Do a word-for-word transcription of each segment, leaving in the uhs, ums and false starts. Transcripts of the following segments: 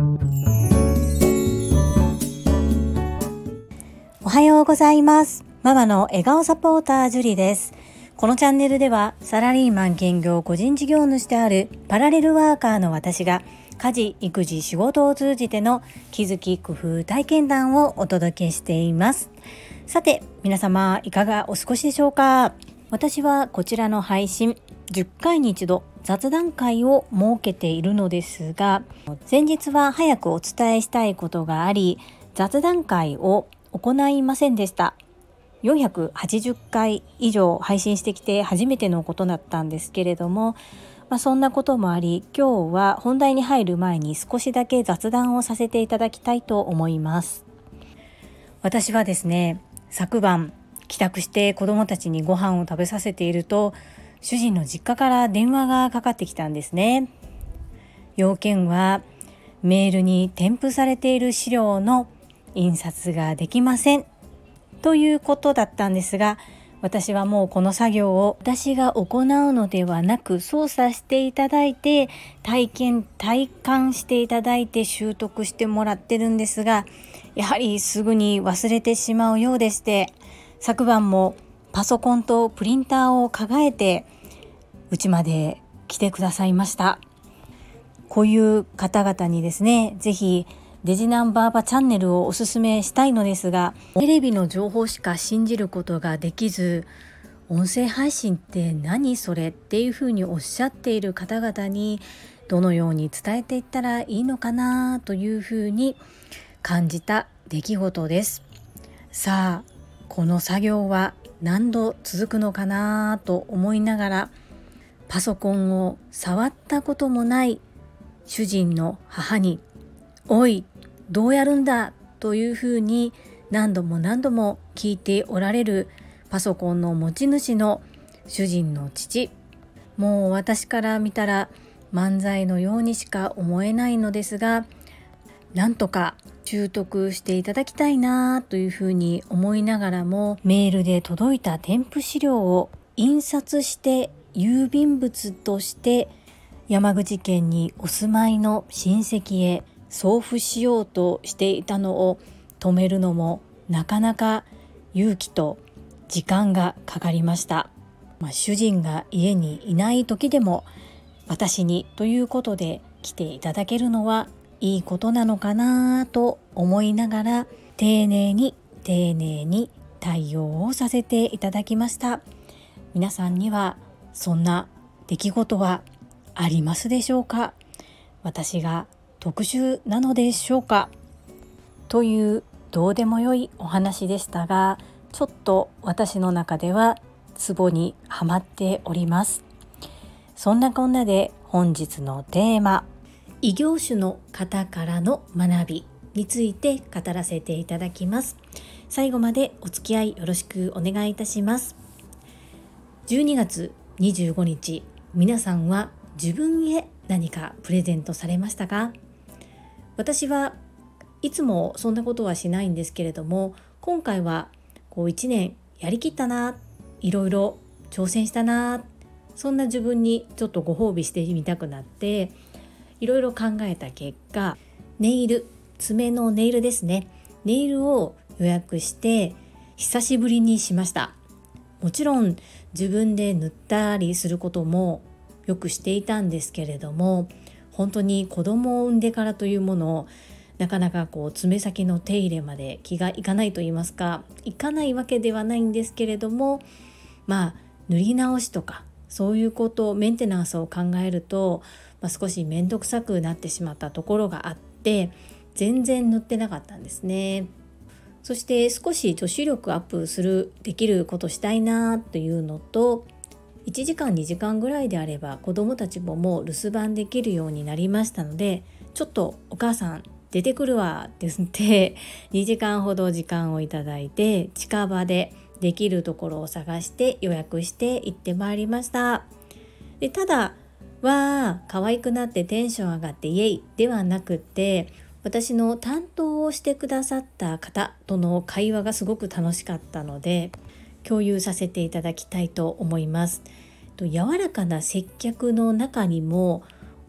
おはようございます。ママの笑顔サポータージュリです。このチャンネルではサラリーマン兼業個人事業主であるパラレルワーカーの私が家事、育児、仕事を通じての気づき、工夫、体験談をお届けしています。さて皆様いかがお過ごしでしょうか。私はこちらの配信じゅっかいに一度雑談会を設けているのですが、前日は早くお伝えしたいことがあり雑談会を行いませんでした。よんひゃくはちじゅっかい以上配信してきて初めてのことだったんですけれども、まあ、そんなこともあり今日は本題に入る前に少しだけ雑談をさせていただきたいと思います。私はですね、昨晩帰宅して子どもたちにご飯を食べさせていると主人の実家から電話がかかってきたんですね。要件はメールに添付されている資料の印刷ができませんということだったんですが、私はもうこの作業を私が行うのではなく操作していただいて体験体感していただいて習得してもらってるんですが、やはりすぐに忘れてしまうようでして、昨晩もパソコンとプリンターを抱えて家まで来てくださいました。こういう方々にですね、ぜひデジナンバーバチャンネルをおすすめしたいのですが、テレビの情報しか信じることができず、音声配信って何それっていうふうにおっしゃっている方々にどのように伝えていったらいいのかなというふうに感じた出来事です。さあこの作業は何度続くのかなと思いながら、パソコンを触ったこともない主人の母に、おいどうやるんだというふうに何度も何度も聞いておられるパソコンの持ち主の主人の父、もう私から見たら漫才のようにしか思えないのですが、なんとか習得していただきたいなというふうに思いながらも、メールで届いた添付資料を印刷して郵便物として山口県にお住まいの親戚へ送付しようとしていたのを止めるのもなかなか勇気と時間がかかりました。まあ、主人が家にいない時でも私にということで来ていただけるのはいいことなのかなと思いながら、丁寧に丁寧に対応をさせていただきました。皆さんにはそんな出来事はありますでしょうか。私が特殊なのでしょうか、というどうでもよいお話でしたが、ちょっと私の中ではツボにはまっております。そんなこんなで本日のテーマ、異業種の方からの学びについて語らせていただきます。最後までお付き合いよろしくお願いいたします。じゅうにがつにじゅうごにち、皆さんは自分へ何かプレゼントされましたか？私はいつもそんなことはしないんですけれども、今回はこういちねんやりきったな、いろいろ挑戦したな、そんな自分にちょっとご褒美してみたくなっていろいろ考えた結果、ネイル、爪のネイルですね、ネイルを予約して久しぶりにしました。もちろん自分で塗ったりすることもよくしていたんですけれども、本当に子供を産んでからというものをなかなかこう爪先の手入れまで気がいかないと言いますか、いかないわけではないんですけれども、まあ塗り直しとかそういうことメンテナンスを考えると、まあ、少し面倒くさくなってしまったところがあって全然塗ってなかったんですね。そして少し女子力アップするできることしたいなというのと、いちじかんにじかんぐらいであれば子どもたちももう留守番できるようになりましたので、ちょっとお母さん出てくるわですってにじかんほど時間をいただいて、近場でできるところを探して予約して行ってまいりました。でただわー可愛くなってテンション上がってイエイではなくて、私の担当をしてくださった方との会話がすごく楽しかったので共有させていただきたいと思います。と柔らかな接客の中にも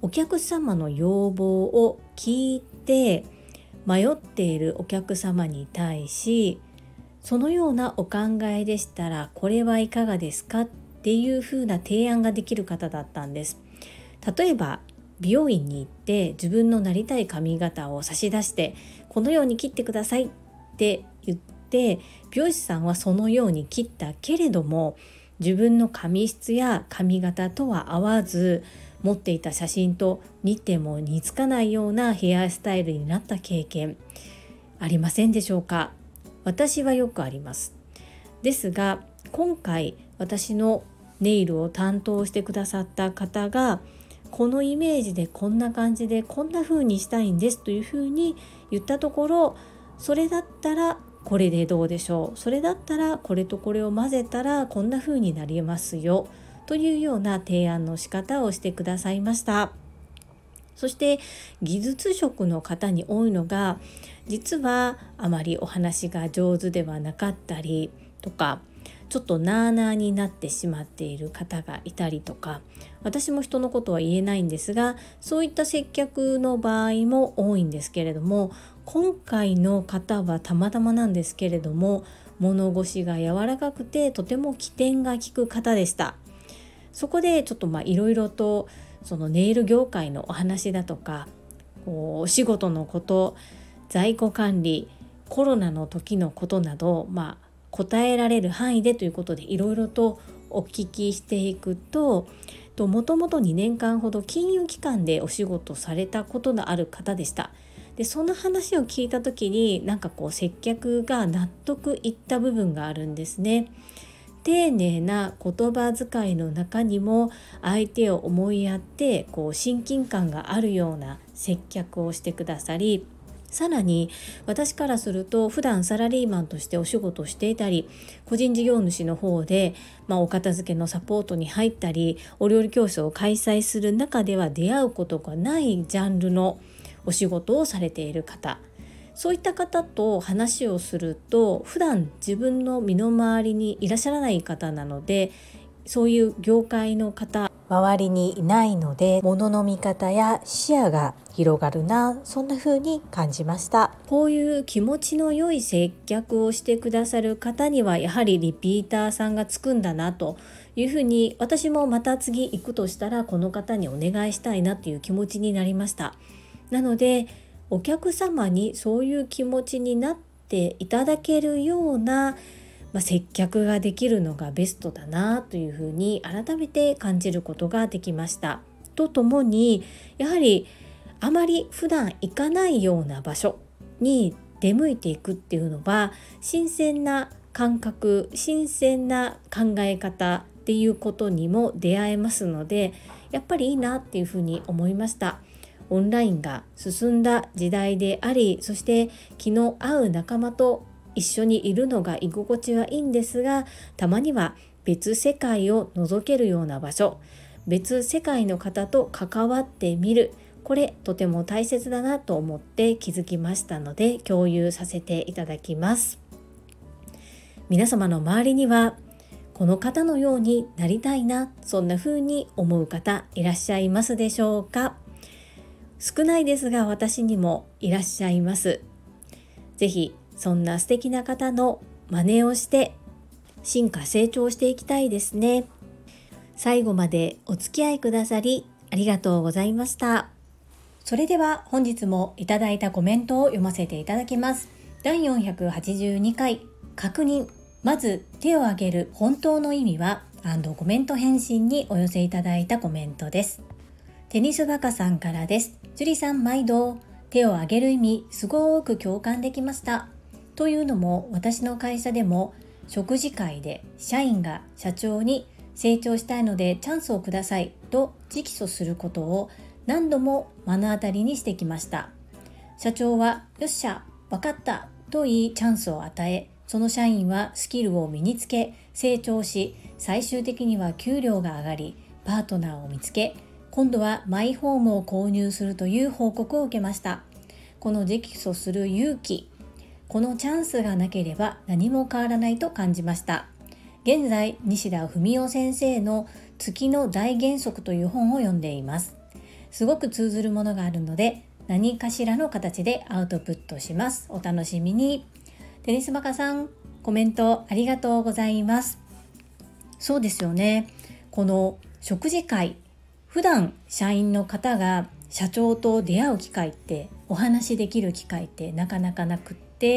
お客様の要望を聞いて迷っているお客様に対し、そのようなお考えでしたらこれはいかがですかっていう風な提案ができる方だったんです。例えば美容院に行って自分のなりたい髪型を差し出して、このように切ってくださいって言って、美容師さんはそのように切ったけれども、自分の髪質や髪型とは合わず、持っていた写真と似ても似つかないようなヘアスタイルになった経験ありませんでしょうか？私はよくあります。ですが今回私のネイルを担当してくださった方が、このイメージでこんな感じでこんな風にしたいんですという風に言ったところ、それだったらこれでどうでしょう、それだったらこれとこれを混ぜたらこんな風になりますよというような提案の仕方をしてくださいました。そして技術職の方に多いのが、実はあまりお話が上手ではなかったりとか、ちょっとなーなーになってしまっている方がいたりとか、私も人のことは言えないんですが、そういった接客の場合も多いんですけれども、今回の方はたまたまなんですけれども、物腰が柔らかくてとても機転が利く方でした。そこでちょっとまあいろいろとそのネイル業界のお話だとか、こうお仕事のこと、在庫管理、コロナの時のことなど、まあ答えられる範囲でということでいろいろとお聞きしていくと、もともとにねんかんほど金融機関でお仕事されたことのある方でした。でその話を聞いた時に、なんかこう接客が納得いった部分があるんですね。丁寧な言葉遣いの中にも相手を思いやって、こう親近感があるような接客をしてくださり、さらに私からすると普段サラリーマンとしてお仕事をしていたり、個人事業主の方で、まあ、お片付けのサポートに入ったり、お料理教室を開催する中では出会うことがないジャンルのお仕事をされている方、そういった方と話をすると、普段自分の身の回りにいらっしゃらない方なので、そういう業界の方周りにいないので、物の見方や視野が広がるな、そんな風に感じました。こういう気持ちの良い接客をしてくださる方にはやはりリピーターさんがつくんだなというふうに、私もまた次行くとしたらこの方にお願いしたいなという気持ちになりました。なのでお客様にそういう気持ちになっていただけるような、まあ、接客ができるのがベストだなというふうに改めて感じることができました。とともに、やはりあまり普段行かないような場所に出向いていくっていうのは、新鮮な感覚、新鮮な考え方っていうことにも出会えますので、やっぱりいいなっていうふうに思いました。オンラインが進んだ時代であり、そして気の合う仲間と一緒にいるのが居心地はいいんですが、たまには別世界を覗けるような場所、別世界の方と関わってみる、これとても大切だなと思って気づきましたので、共有させていただきます。皆様の周りにはこの方のようになりたいな、そんな風に思う方いらっしゃいますでしょうか？少ないですが私にもいらっしゃいます。ぜひそんな素敵な方の真似をして進化成長していきたいですね。最後までお付き合いくださりありがとうございました。それでは本日もいただいたコメントを読ませていただきます。だいよんひゃくはちじゅうにかい、確認、まず手を挙げる本当の意味は&コメント返信にお寄せいただいたコメントです。テニスバカさんからです。ジュリさん毎度、手を挙げる意味すごく共感できました。というのも、私の会社でも食事会で社員が社長に成長したいのでチャンスをくださいと直訴することを何度も目の当たりにしてきました。社長はよっしゃ、わかったと言いチャンスを与え、その社員はスキルを身につけ成長し、最終的には給料が上がり、パートナーを見つけ、今度はマイホームを購入するという報告を受けました。この直訴する勇気、このチャンスがなければ何も変わらないと感じました。現在、西田文夫先生の月の大原則という本を読んでいます。 すごく通ずるものがあるので、何かしらの形でアウトプットします。お楽しみに。テニスバカさん、コメントありがとうございます。そうですよね。この食事会、普段社員の方が社長と出会う機会って、お話できる機会ってなかなかなくって、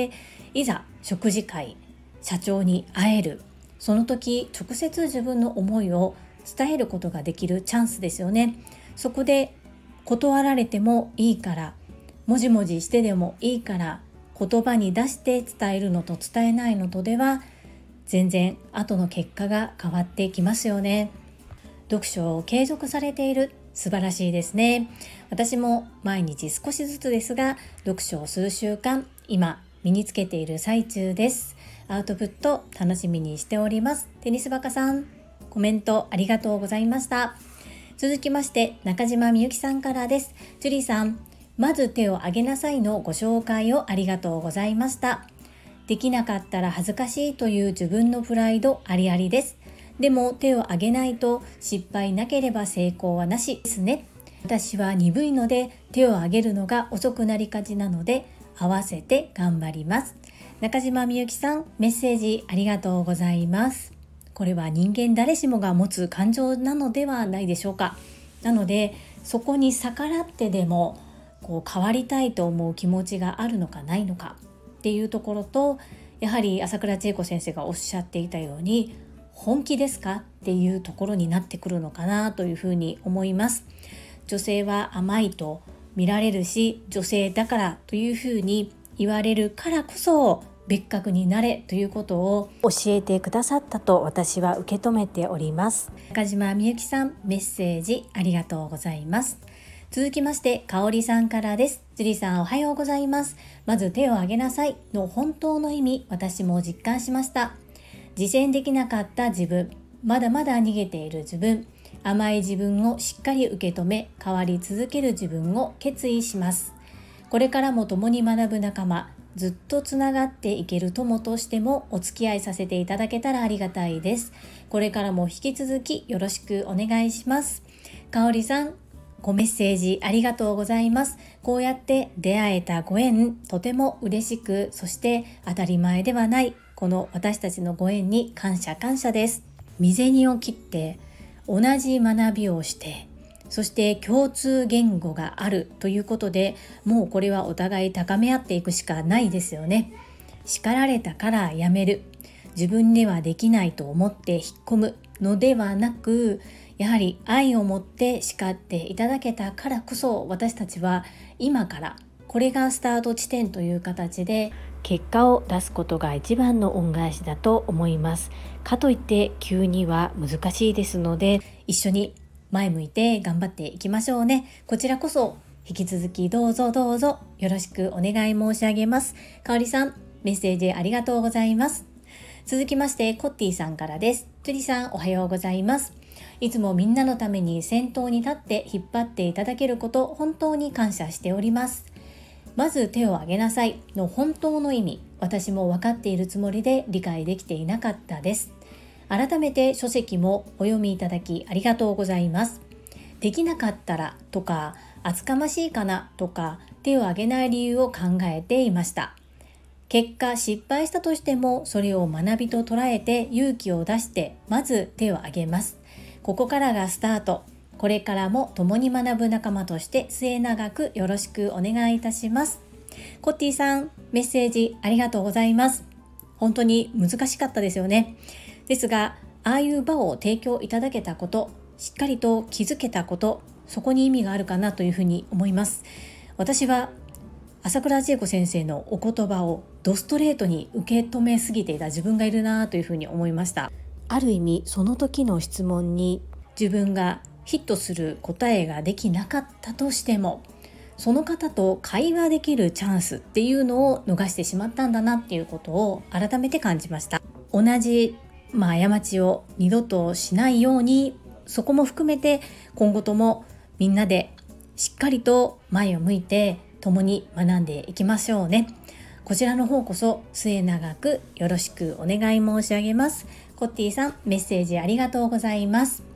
いざ食事会、社長に会える、その時直接自分の思いを伝えることができるチャンスですよね。そこで断られてもいいから、もじもじしてでもいいから、言葉に出して伝えるのと伝えないのとでは全然後の結果が変わってきますよね。読書を継続されている、素晴らしいですね。私も毎日少しずつですが読書を数週間今身につけている最中です。アウトプット楽しみにしております。テニスバカさん、コメントありがとうございました。続きまして中島みゆきさんからです。ジュリーさん、まず手を挙げなさいのご紹介をありがとうございました。できなかったら恥ずかしいという自分のプライドありありです。でも手を挙げないと失敗なければ成功はなしですね。私は鈍いので手を挙げるのが遅くなりがちなので合わせて頑張ります。中島みゆきさん、メッセージありがとうございます。これは人間誰しもが持つ感情なのではないでしょうか。なのでそこに逆らってでもこう変わりたいと思う気持ちがあるのかないのかっていうところと、やはり朝倉千恵子先生がおっしゃっていたように本気ですかっていうところになってくるのかなというふうに思います。女性は甘いと見られるし、女性だからというふうに言われるからこそ別格になれということを教えてくださったと私は受け止めております。中島みゆきさん、メッセージありがとうございます。続きましてかおりさんからです。ジュリさん、おはようございます。まず手を挙げなさいの本当の意味、私も実感しました。実践できなかった自分、まだまだ逃げている自分、甘い自分をしっかり受け止め変わり続ける自分を決意します。これからも共に学ぶ仲間、ずっとつながっていける友としてもお付き合いさせていただけたらありがたいです。これからも引き続きよろしくお願いします。かおりさん、ごメッセージありがとうございます。こうやって出会えたご縁、とても嬉しく、そして当たり前ではないこの私たちのご縁に感謝感謝です。身銭を切って同じ学びをして、そして共通言語があるということで、もうこれはお互い高め合っていくしかないですよね。叱られたからやめる、自分ではできないと思って引っ込むのではなく、やはり愛を持って叱っていただけたからこそ、私たちは今からこれがスタート地点という形で結果を出すことが一番の恩返しだと思います。かといって急には難しいですので、一緒に前向いて頑張っていきましょうね。こちらこそ引き続きどうぞどうぞよろしくお願い申し上げます。かおりさん、メッセージありがとうございます。続きましてコッティさんからです。トゥリさん、おはようございます。いつもみんなのために先頭に立って引っ張っていただけること、本当に感謝しております。まず手を挙げなさいの本当の意味、私も分かっているつもりで理解できていなかったです。改めて書籍もお読みいただきありがとうございます。できなかったらとか、厚かましいかなとか、手を挙げない理由を考えていました。結果失敗したとしても、それを学びと捉えて勇気を出してまず手を挙げます。ここからがスタート。これからも共に学ぶ仲間として末永くよろしくお願いいたします。コッティさん、メッセージありがとうございます。本当に難しかったですよね。ですが、ああいう場を提供いただけたこと、しっかりと気づけたこと、そこに意味があるかなというふうに思います。私は朝倉千恵子先生のお言葉をドストレートに受け止めすぎていた自分がいるなというふうに思いました。ある意味その時の質問に自分がヒットする答えができなかったとしても、その方と会話できるチャンスっていうのを逃してしまったんだなっていうことを改めて感じました。同じ、まあ、過ちを二度としないように、そこも含めて今後ともみんなでしっかりと前を向いて共に学んでいきましょうね。こちらの方こそ末永くよろしくお願い申し上げます。コッティさん、メッセージありがとうございます。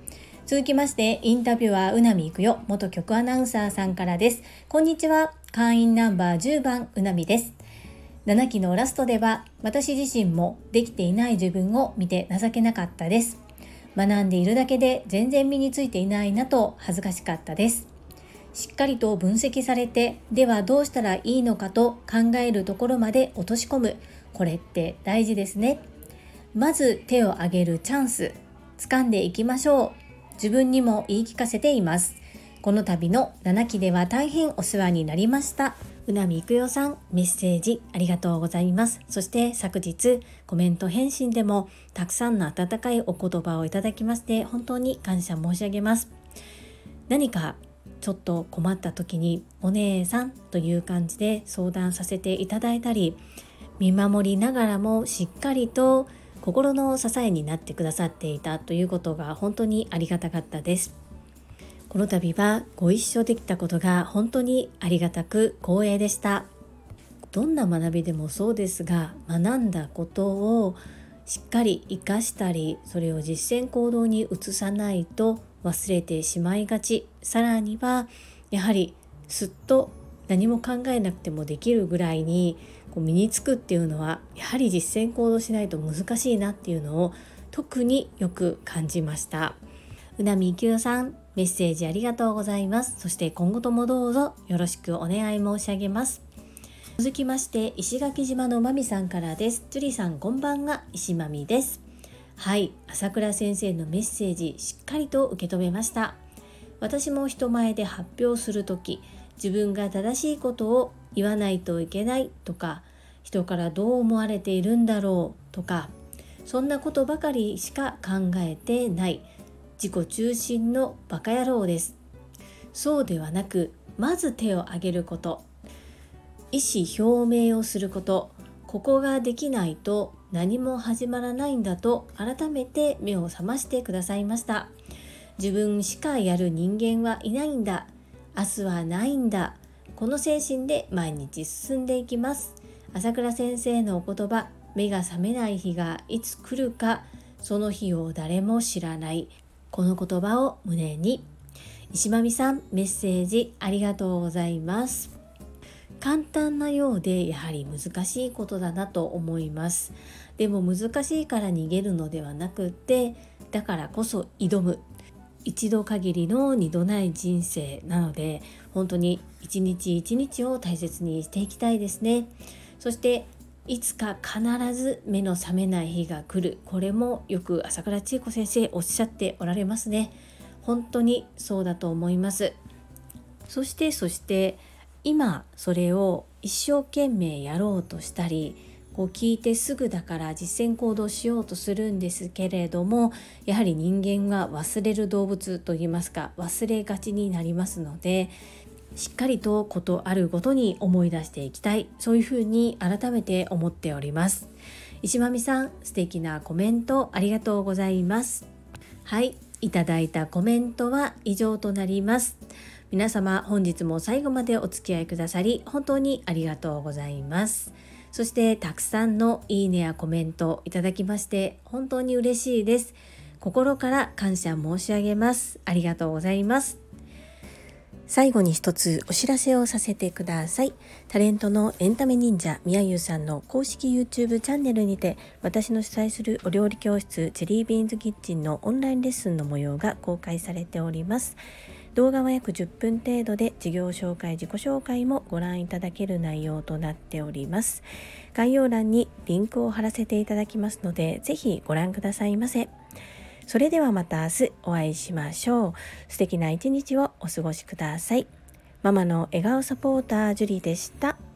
続きましてインタビュアーうなみいくよ元局アナウンサーさんからです。こんにちは。会員ナンバーじゅうばんうなみです。ななきのラストでは私自身もできていない自分を見て情けなかったです。学んでいるだけで全然身についていないなと恥ずかしかったです。しっかりと分析されて、ではどうしたらいいのかと考えるところまで落とし込む。これって大事ですね。まず手を挙げるチャンス、掴んでいきましょう。自分にも言い聞かせています。この度のななきでは大変お世話になりました。うなみいくよさん、メッセージありがとうございます。そして昨日コメント返信でもたくさんの温かいお言葉をいただきまして本当に感謝申し上げます。何かちょっと困った時にお姉さんという感じで相談させていただいたり、見守りながらもしっかりと心の支えになってくださっていたということが本当にありがたかったです。この度はご一緒できたことが本当にありがたく光栄でした。どんな学びでもそうですが、学んだことをしっかり生かしたり、それを実践行動に移さないと忘れてしまいがち。さらにはやはりすっと何も考えなくてもできるぐらいにこう身につくっていうのは、やはり実践行動しないと難しいなっていうのを特によく感じました。うなみいくよさん、メッセージありがとうございます。そして今後ともどうぞよろしくお願い申し上げます。続きまして石垣島のまみさんからです。ジュリさんこんばんは、石まみです。はい、朝倉先生のメッセージしっかりと受け止めました。私も人前で発表するとき、自分が正しいことを言わないといけないとか、人からどう思われているんだろうとか、そんなことばかりしか考えてない自己中心のバカ野郎です。そうではなく、まず手を挙げること、意思表明をすること、ここができないと何も始まらないんだと改めて目を覚ましてくださいました。自分しかやる人間はいないんだ、明日はないんだ、この精神で毎日進んでいきます。朝倉先生のお言葉、目が覚めない日がいつ来るか、その日を誰も知らない、この言葉を胸に。石まみさん、メッセージありがとうございます。簡単なようでやはり難しいことだなと思います。でも難しいから逃げるのではなくって、だからこそ挑む。一度限りの二度ない人生なので、本当に一日一日を大切にしていきたいですね。そしていつか必ず目の覚めない日が来る。これもよく朝倉千恵子先生おっしゃっておられますね。本当にそうだと思います。そしてそして今それを一生懸命やろうとしたり、こう聞いてすぐだから実践行動しようとするんですけれども、やはり人間が忘れる動物といいますか、忘れがちになりますので、しっかりとことあるごとに思い出していきたい、そういうふうに改めて思っております。石まみさん、素敵なコメントありがとうございます。はい、いただいたコメントは以上となります。皆様本日も最後までお付き合いくださり本当にありがとうございます。そしてたくさんのいいねやコメントいただきまして本当に嬉しいです。心から感謝申し上げます。ありがとうございます。最後に一つお知らせをさせてください。タレントのエンタメ忍者みやゆうさんの公式 YouTube チャンネルにて、私の主催するお料理教室チェリービーンズキッチンのオンラインレッスンの模様が公開されております。動画は約じゅっぷん程度で、事業紹介、自己紹介もご覧いただける内容となっております。概要欄にリンクを貼らせていただきますので、ぜひご覧くださいませ。それではまた明日お会いしましょう。素敵な一日をお過ごしください。ママの笑顔サポータージュリでした。